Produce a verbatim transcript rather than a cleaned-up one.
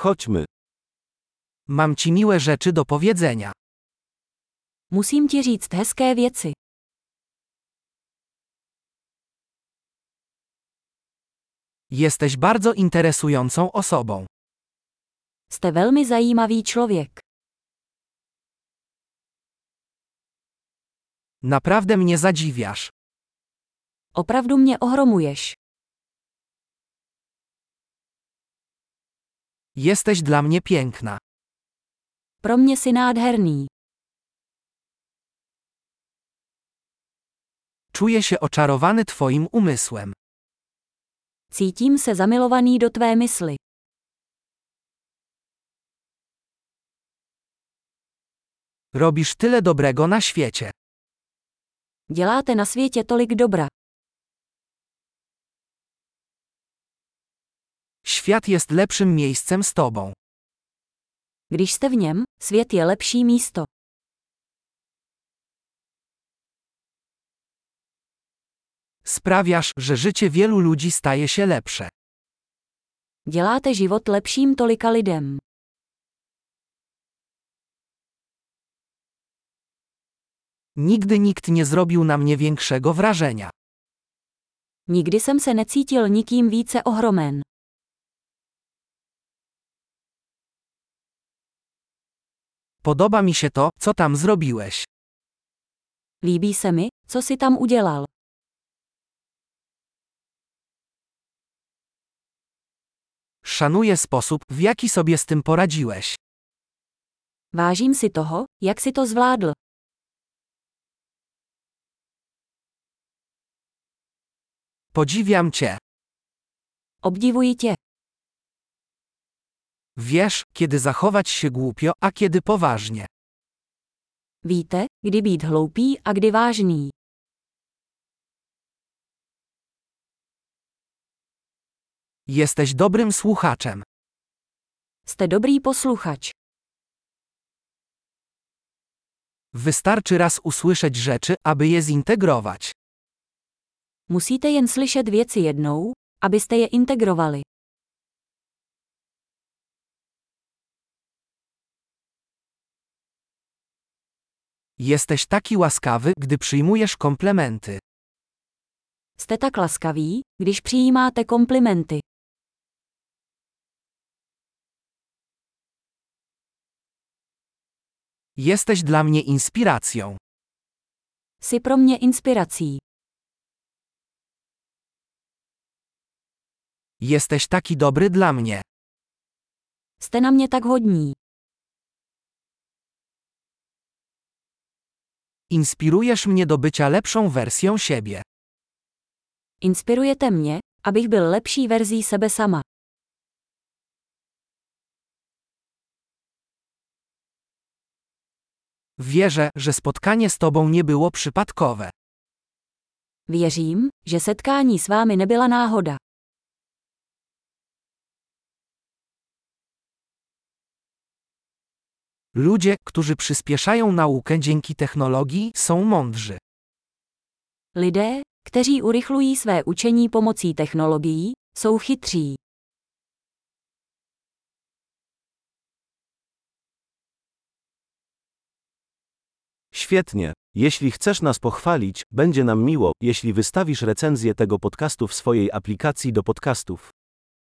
Chodźmy. Mam ci miłe rzeczy do powiedzenia. Musím ti říct hezké věci. Jesteś bardzo interesującą osobą. Jste velmi zajímavý člověk. Naprawdę mnie zadziwiasz. Opravdu mě ohromuješ. Jesteś dla mnie piękna. Pro mě si nádherný. Czuję się oczarowany twoim umysłem. Cítím se zamilovaný do tvé mysli. Robisz tyle dobrego na świecie. Děláte na světě tolik dobra. Świat jest lepszym miejscem z tobą. Když jste v něm, svět je lepší místo. Sprawiasz, że życie wielu ludzi staje się lepsze. Děláte život lepším tolika lidem. Nigdy nikt nie zrobił na mnie większego wrażenia. Nikdy jsem se necítil nikým více ohromen. Podoba mi się to, co tam zrobiłeś. Líbí se mi, co si tam udělal. Szanuję sposób, w jaki sobie z tym poradziłeś. Vážím si toho, jak si to zvládl. Podziwiam cię. Obdivuji tě. Wiesz, kiedy zachować się głupio, a kiedy poważnie. Víte, kdy být hloupý a kdy vážný. Jesteś dobrym słuchaczem. Jste dobrý posluchač. Wystarczy raz usłyszeć rzeczy, aby je zintegrować. Musíte jen slyšet věci jednou, abyste je integrovali. Jesteś taki łaskawy, gdy przyjmujesz komplementy. Jste tak laskaví, když přijímáte komplimenty. Jesteś dla mnie inspiracją. Jsi pro mě inspirací. Jesteś taki dobry dla mnie. Jste na mě tak hodní. Inspirujesz mnie do bycia lepszą wersją siebie. Inspirujete mě, abych byl lepší verzí sebe sama. Wierzę, że spotkanie z tobą nie było przypadkowe. Věřím, že setkání s vámi nebyla náhoda. Ludzie, którzy przyspieszają naukę dzięki technologii, są mądrzy. Lidé, kteří urychlují své učení pomocí technologií, jsou chytří. Świetnie. Jeśli chcesz nas pochwalić, będzie nam miło, jeśli wystawisz recenzję tego podcastu w swojej aplikacji do podcastów.